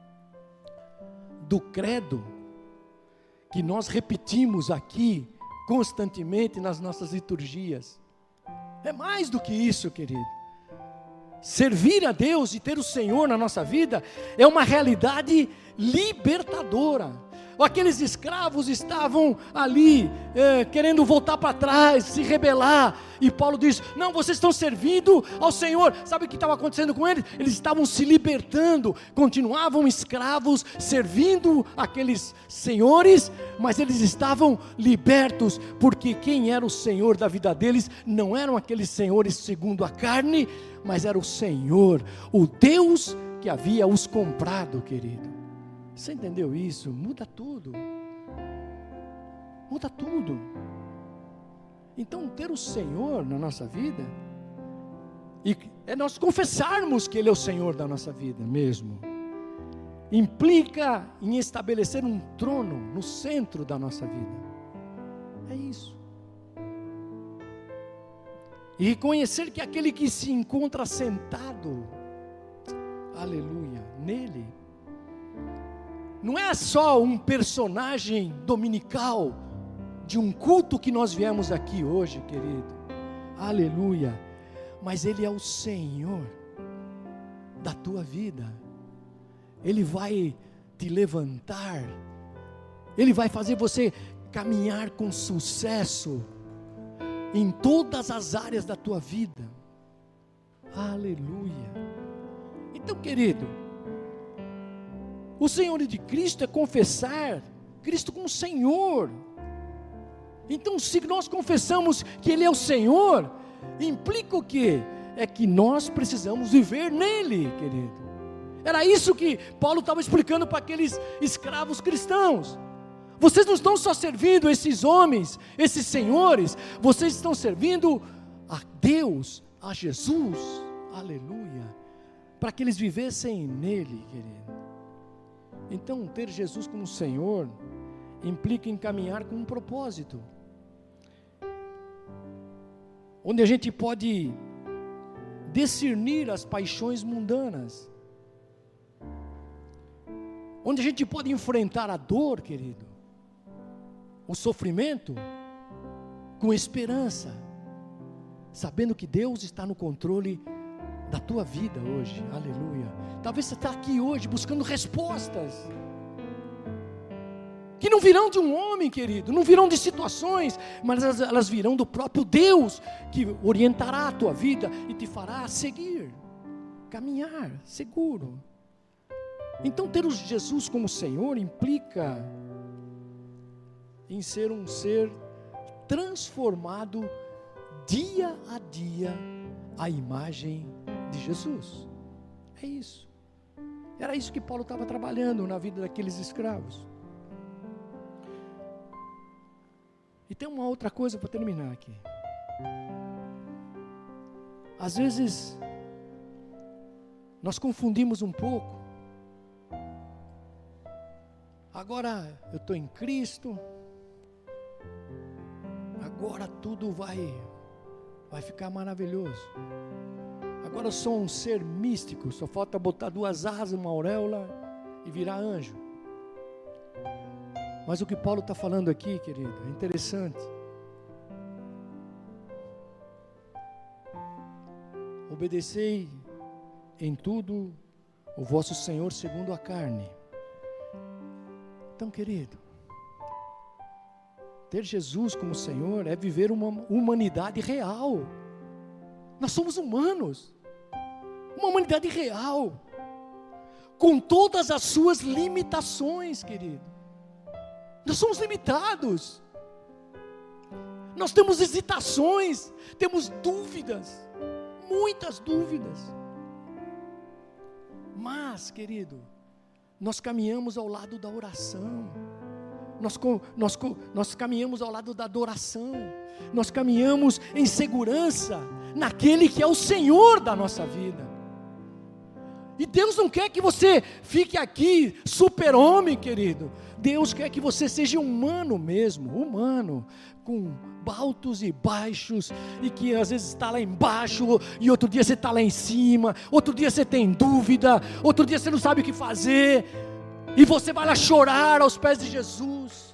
do credo, que nós repetimos aqui, constantemente nas nossas liturgias. É mais do que isso, querido. Servir a Deus e ter o Senhor na nossa vida é uma realidade libertadora. Aqueles escravos estavam ali querendo voltar para trás, se rebelar, e Paulo diz, não, vocês estão servindo ao Senhor. Sabe o que estava acontecendo com eles? Eles estavam se libertando, continuavam escravos, servindo aqueles senhores, mas eles estavam libertos, porque quem era o Senhor da vida deles, não eram aqueles senhores segundo a carne, mas era o Senhor, o Deus que havia os comprado, querido. Você entendeu isso? Muda tudo. Muda tudo. Então, ter o Senhor na nossa vida, e é nós confessarmos que Ele é o Senhor da nossa vida mesmo, implica em estabelecer um trono no centro da nossa vida. É isso. E reconhecer que aquele que se encontra sentado, aleluia, nele, não é só um personagem dominical de um culto que nós viemos aqui hoje, querido, aleluia, mas Ele é o Senhor da tua vida. Ele vai te levantar, Ele vai fazer você caminhar com sucesso em todas as áreas da tua vida, aleluia. Então, querido, o senhorio de Cristo é confessar Cristo como Senhor. Então, se nós confessamos que Ele é o Senhor, implica o quê? É que nós precisamos viver nele, querido. Era isso que Paulo estava explicando para aqueles escravos cristãos. Vocês não estão só servindo esses homens, esses senhores, vocês estão servindo a Deus, a Jesus, aleluia, para que eles vivessem nele, querido. Então, ter Jesus como Senhor implica em caminhar com um propósito, onde a gente pode discernir as paixões mundanas, onde a gente pode enfrentar a dor, querido, o sofrimento, com esperança, sabendo que Deus está no controle da tua vida hoje, aleluia. Talvez você está aqui hoje buscando respostas, que não virão de um homem, querido, não virão de situações, mas elas virão do próprio Deus, que orientará a tua vida e te fará seguir, caminhar seguro. Então, ter o Jesus como Senhor implica em ser um ser transformado dia a dia à imagem de Jesus. É isso. Era isso que Paulo estava trabalhando na vida daqueles escravos. E tem uma outra coisa para terminar aqui. Às vezes nós confundimos um pouco. Agora eu estou em Cristo, agora tudo vai ficar maravilhoso. Agora eu sou um ser místico, só falta botar 2 asas, uma auréola e virar anjo. Mas o que Paulo está falando aqui, querido, é interessante. Obedecei em tudo o vosso Senhor segundo a carne. Então, querido, ter Jesus como Senhor é viver uma humanidade real. Nós somos humanos, uma humanidade real, com todas as suas limitações, querido. Nós somos limitados, nós temos hesitações, temos dúvidas, muitas dúvidas, mas, querido, nós caminhamos ao lado da oração, nós caminhamos ao lado da adoração, nós caminhamos em segurança naquele que é o Senhor da nossa vida. E Deus não quer que você fique aqui super-homem, querido. Deus quer que você seja humano mesmo, humano, com altos e baixos, e que às vezes está lá embaixo, e outro dia você está lá em cima, outro dia você tem dúvida, outro dia você não sabe o que fazer, e você vai lá chorar aos pés de Jesus.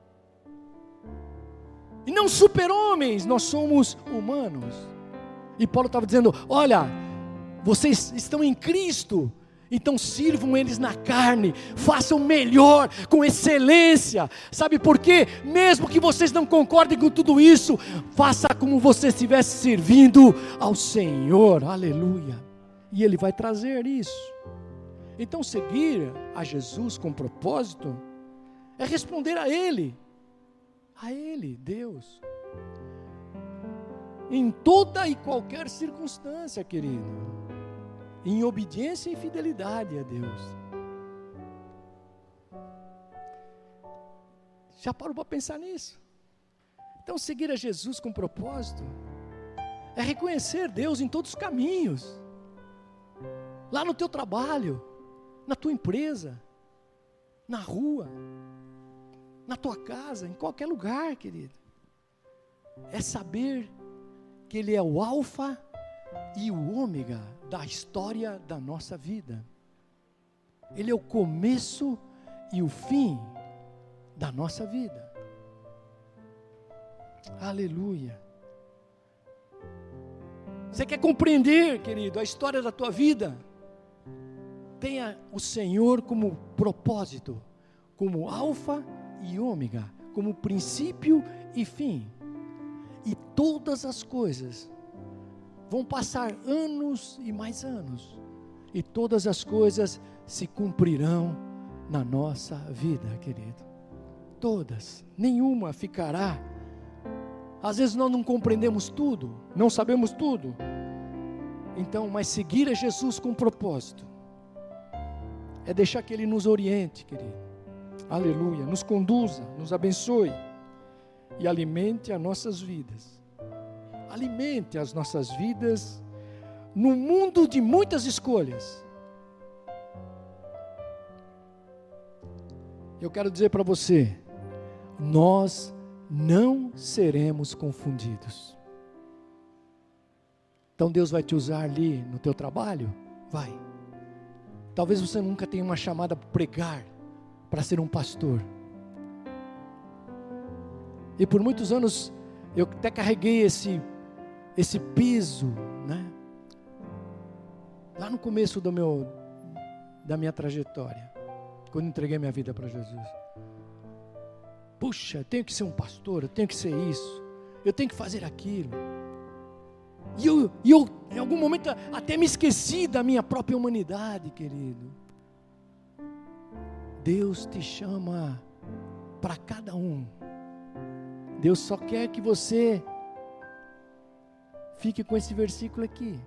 E não super-homens, nós somos humanos. E Paulo estava dizendo, olha, vocês estão em Cristo, então sirvam eles na carne, façam melhor, com excelência. Sabe por quê? Mesmo que vocês não concordem com tudo isso, faça como você estivesse servindo ao Senhor, aleluia. E Ele vai trazer isso. Então seguir a Jesus com propósito, é responder a Ele, Deus, em toda e qualquer circunstância, querido, em obediência e fidelidade a Deus. Já parou para pensar nisso? Então seguir a Jesus com propósito é reconhecer Deus em todos os caminhos, lá no teu trabalho, na tua empresa, na rua, na tua casa, em qualquer lugar, querido. É saber que Ele é o alfa e o ômega da história da nossa vida. Ele é o começo e o fim da nossa vida. Aleluia. Você quer compreender, querido, a história da tua vida? Tenha o Senhor como propósito, como alfa e ômega, como princípio e fim. E todas as coisas vão passar anos e mais anos, e todas as coisas se cumprirão na nossa vida, querido. Todas, nenhuma ficará. Às vezes nós não compreendemos tudo, não sabemos tudo. Então, mas seguir a Jesus com propósito é deixar que Ele nos oriente, querido. Aleluia, nos conduza, nos abençoe e alimente as nossas vidas. Alimente as nossas vidas no mundo de muitas escolhas. Eu quero dizer para você, nós não seremos confundidos. Então Deus vai te usar ali no teu trabalho? Vai. Talvez você nunca tenha uma chamada para pregar, para ser um pastor. E por muitos anos eu até carreguei esse peso, né? Lá no começo da minha trajetória, quando entreguei minha vida para Jesus. Puxa, eu tenho que ser um pastor, eu tenho que ser isso, eu tenho que fazer aquilo. E eu em algum momento até me esqueci da minha própria humanidade, querido. Deus te chama para cada um. Deus só quer que você fique com esse versículo aqui.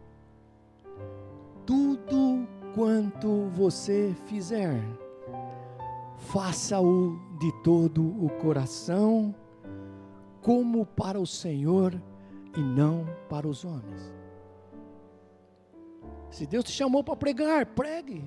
Tudo quanto você fizer, faça-o de todo o coração, como para o Senhor e não para os homens. Se Deus te chamou para pregar, pregue.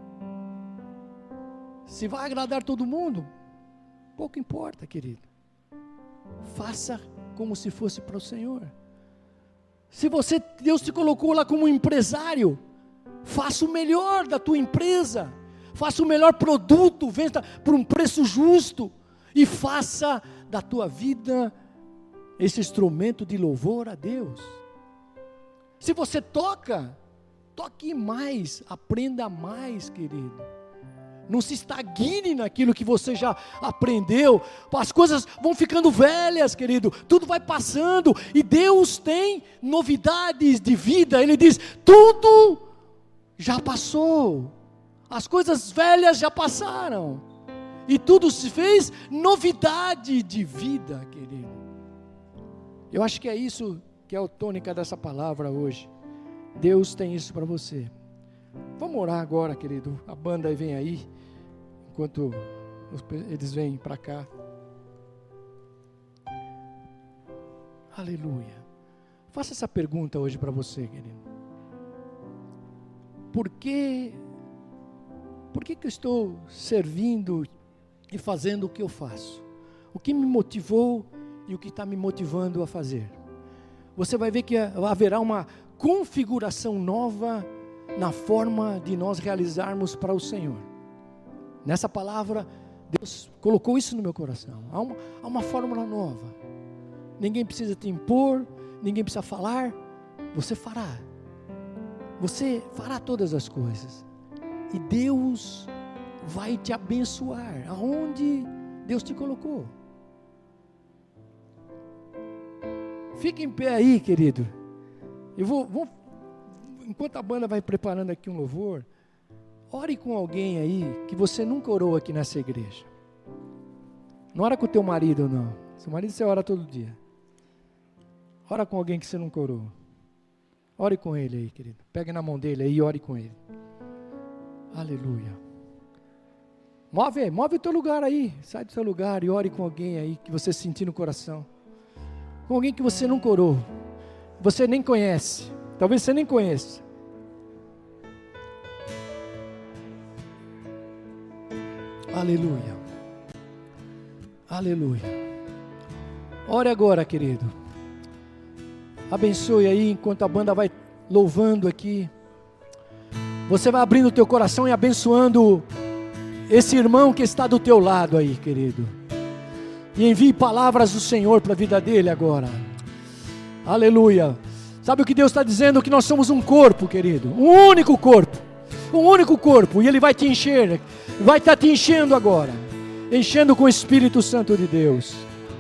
Se vai agradar todo mundo, pouco importa, querido. Faça como se fosse para o Senhor. Se Deus te colocou lá como empresário, faça o melhor da tua empresa, faça o melhor produto, venda por um preço justo, e faça da tua vida esse instrumento de louvor a Deus. Se você toque mais, aprenda mais, querido. Não se estagne naquilo que você já aprendeu. As coisas vão ficando velhas, querido. Tudo vai passando. E Deus tem novidades de vida. Ele diz, tudo já passou. As coisas velhas já passaram. E tudo se fez novidade de vida, querido. Eu acho que é isso que é a tônica dessa palavra hoje. Deus tem isso para você. Vamos orar agora, querido. A banda vem aí, enquanto eles vêm para cá. Aleluia. Faça essa pergunta hoje para você, querido. Por que eu estou servindo e fazendo o que eu faço? O que me motivou e o que está me motivando a fazer? Você vai ver que haverá uma configuração nova na forma de nós realizarmos para o Senhor. Nessa palavra, Deus colocou isso no meu coração. Há uma fórmula nova. Ninguém precisa te impor, ninguém precisa falar. Você fará. Você fará todas as coisas. E Deus vai te abençoar aonde Deus te colocou. Fique em pé aí, querido. Eu vou enquanto a banda vai preparando aqui um louvor, ore com alguém aí que você nunca orou aqui nessa igreja. Não ora com o teu marido, não. Seu marido você ora todo dia. Ora com alguém que você nunca orou. Ore com ele aí, querido. Pegue na mão dele aí e ore com ele. Aleluia. Move o teu lugar aí. Sai do seu lugar e ore com alguém aí que você sentir no coração. Com alguém que você nunca orou. Você nem conhece. Talvez você nem conheça. Aleluia. Aleluia. Ore agora, querido. Abençoe aí enquanto a banda vai louvando aqui. Você vai abrindo o teu coração e abençoando esse irmão que está do teu lado aí, querido. E envie palavras do Senhor para a vida dele agora. Aleluia. Sabe o que Deus está dizendo? Que nós somos um corpo, querido. Um único corpo. Um único corpo. E Ele vai te encher. Vai estar te enchendo agora. Enchendo com o Espírito Santo de Deus.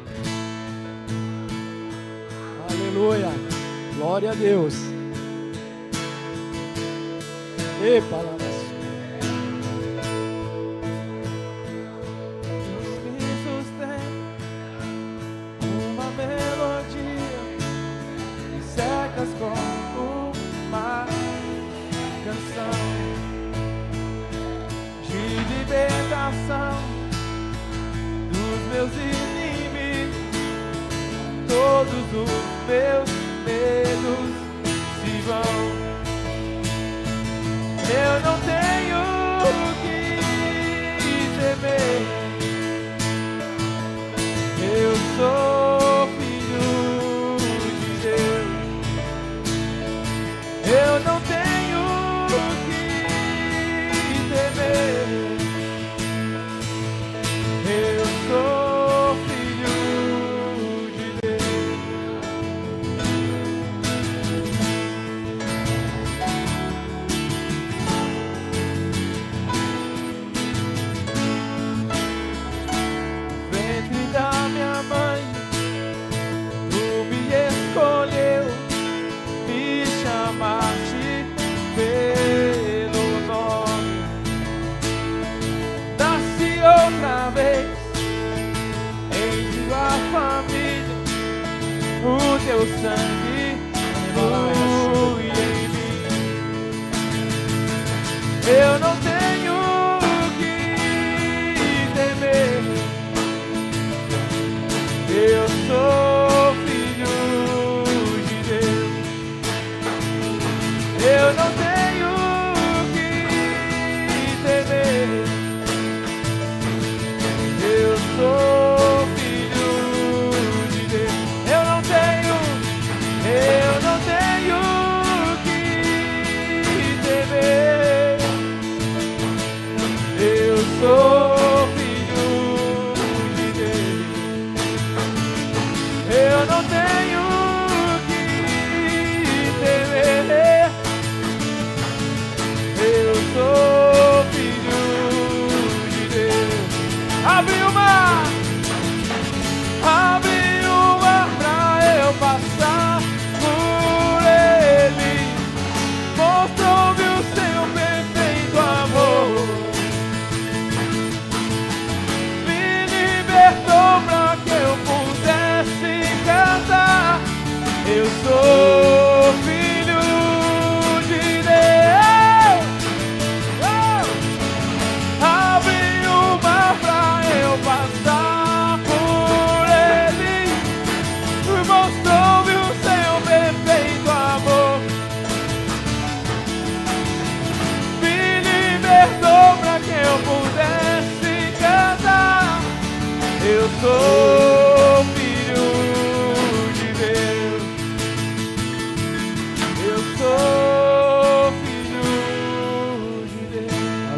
Aleluia. Glória a Deus. E palavras. Como uma canção de libertação dos meus inimigos, todos os meus medos se vão. Eu não tenho o que temer. Eu sou filho de Deus. Eu não tenho o que temer. Eu sou filho de Deus. Ventre da minha mãe, tu me escolheu, me chamaste pelo nome. Nasci outra vez em tua família, o teu sangue flui em mim. Eu não tenho o que temer. Eu sou filho de Deus. Eu não tenho o que temer. Eu sou filho de Deus. Eu não tenho o que temer.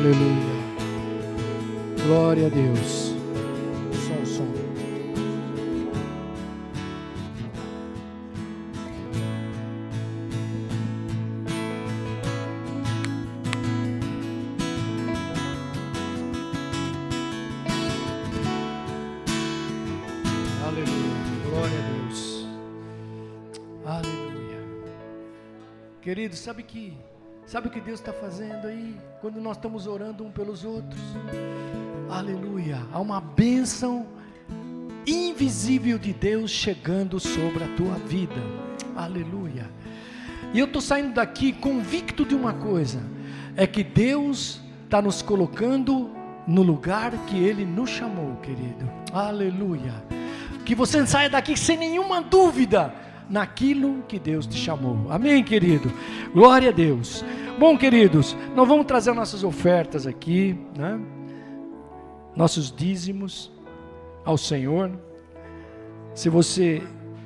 Aleluia. Glória a Deus. Som. Aleluia. Glória a Deus. Aleluia. Querido, sabe o que Deus está fazendo aí, quando nós estamos orando um pelos outros? Aleluia, há uma bênção invisível de Deus chegando sobre a tua vida. Aleluia. E eu estou saindo daqui convicto de uma coisa, é que Deus está nos colocando no lugar que Ele nos chamou, querido. Aleluia. Que você saia daqui sem nenhuma dúvida naquilo que Deus te chamou. Amém, querido? Glória a Deus. Bom, queridos, nós vamos trazer nossas ofertas aqui, né? Nossos dízimos ao Senhor. Se você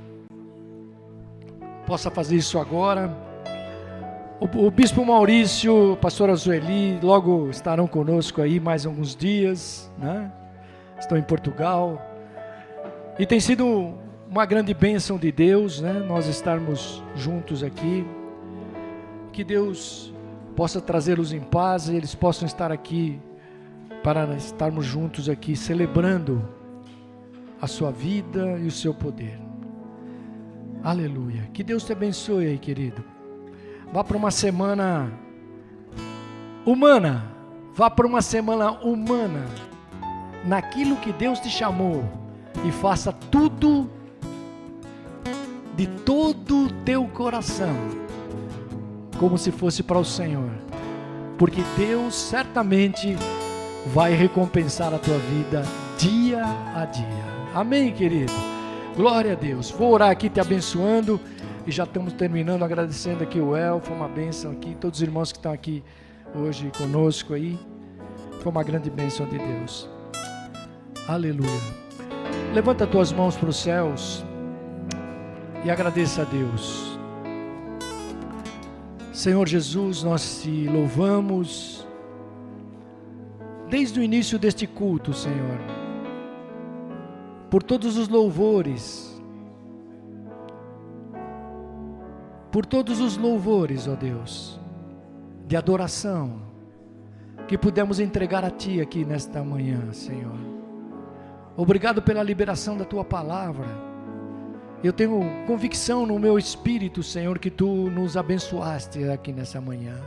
possa fazer isso agora. O Bispo Maurício, o Pastor Azueli, logo estarão conosco aí mais alguns dias, né? Estão em Portugal. E tem sido uma grande bênção de Deus, né? Nós estarmos juntos aqui. Que Deus possa trazê-los em paz e eles possam estar aqui para estarmos juntos aqui celebrando a sua vida e o seu poder. Aleluia. Que Deus te abençoe aí, querido. Vá para uma semana humana. Vá para uma semana humana naquilo que Deus te chamou e faça tudo de todo o teu coração, como se fosse para o Senhor, porque Deus certamente vai recompensar a tua vida dia a dia. Amém, querido? Glória a Deus. Vou orar aqui te abençoando e já estamos terminando, agradecendo aqui o El, foi uma bênção aqui, todos os irmãos que estão aqui hoje conosco aí, foi uma grande bênção de Deus. Aleluia. Levanta as tuas mãos para os céus e agradeça a Deus. Senhor Jesus, nós te louvamos desde o início deste culto, Senhor, por todos os louvores, ó Deus, de adoração, que pudemos entregar a Ti aqui nesta manhã, Senhor. Obrigado pela liberação da Tua palavra. Eu tenho convicção no meu espírito, Senhor, que Tu nos abençoaste aqui nessa manhã.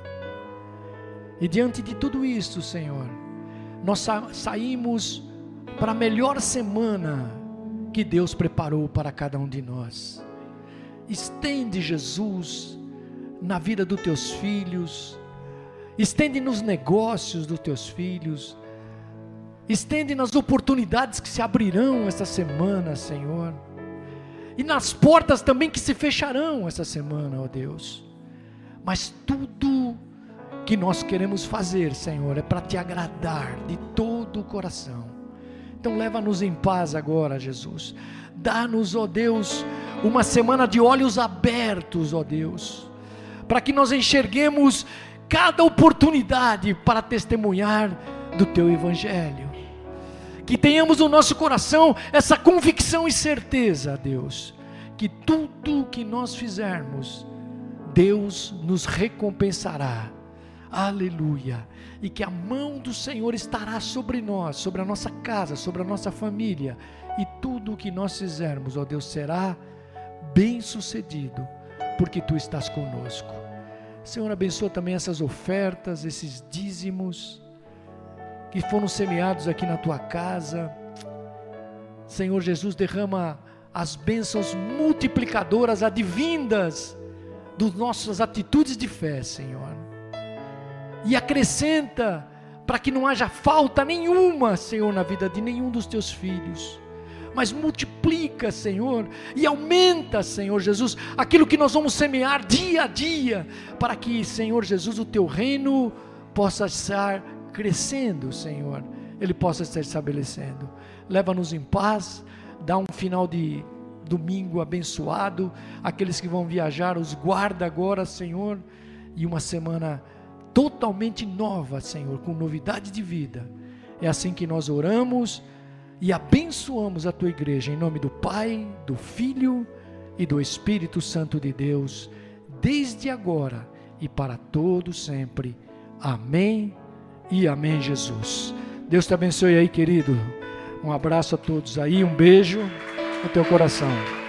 E diante de tudo isso, Senhor, nós saímos para a melhor semana que Deus preparou para cada um de nós. Estende, Jesus, na vida dos Teus filhos, estende nos negócios dos Teus filhos, estende nas oportunidades que se abrirão essa semana, Senhor, e nas portas também que se fecharão essa semana, ó Deus. Mas tudo que nós queremos fazer, Senhor, é para Te agradar de todo o coração. Então leva-nos em paz agora, Jesus. Dá-nos, ó Deus, uma semana de olhos abertos, ó Deus, para que nós enxerguemos cada oportunidade para testemunhar do Teu Evangelho. Que tenhamos no nosso coração essa convicção e certeza, Deus, que tudo que nós fizermos, Deus nos recompensará. Aleluia. E que a mão do Senhor estará sobre nós, sobre a nossa casa, sobre a nossa família, e tudo o que nós fizermos, ó Deus, será bem sucedido, porque Tu estás conosco. Senhor, abençoa também essas ofertas, esses dízimos que foram semeados aqui na Tua casa. Senhor Jesus, derrama as bênçãos multiplicadoras advindas das nossas atitudes de fé, Senhor, e acrescenta para que não haja falta nenhuma, Senhor, na vida de nenhum dos Teus filhos, mas multiplica, Senhor, e aumenta, Senhor Jesus, aquilo que nós vamos semear dia a dia, para que, Senhor Jesus, o Teu reino possa estar crescendo, Senhor, Ele possa estar estabelecendo. Leva-nos em paz, dá um final de domingo abençoado, aqueles que vão viajar, os guarda agora, Senhor, e uma semana totalmente nova, Senhor, com novidade de vida. É assim que nós oramos e abençoamos a Tua igreja, em nome do Pai, do Filho e do Espírito Santo de Deus, desde agora e para todo sempre. Amém e amém, Jesus. Deus te abençoe aí, querido. Um abraço a todos aí, um beijo no teu coração.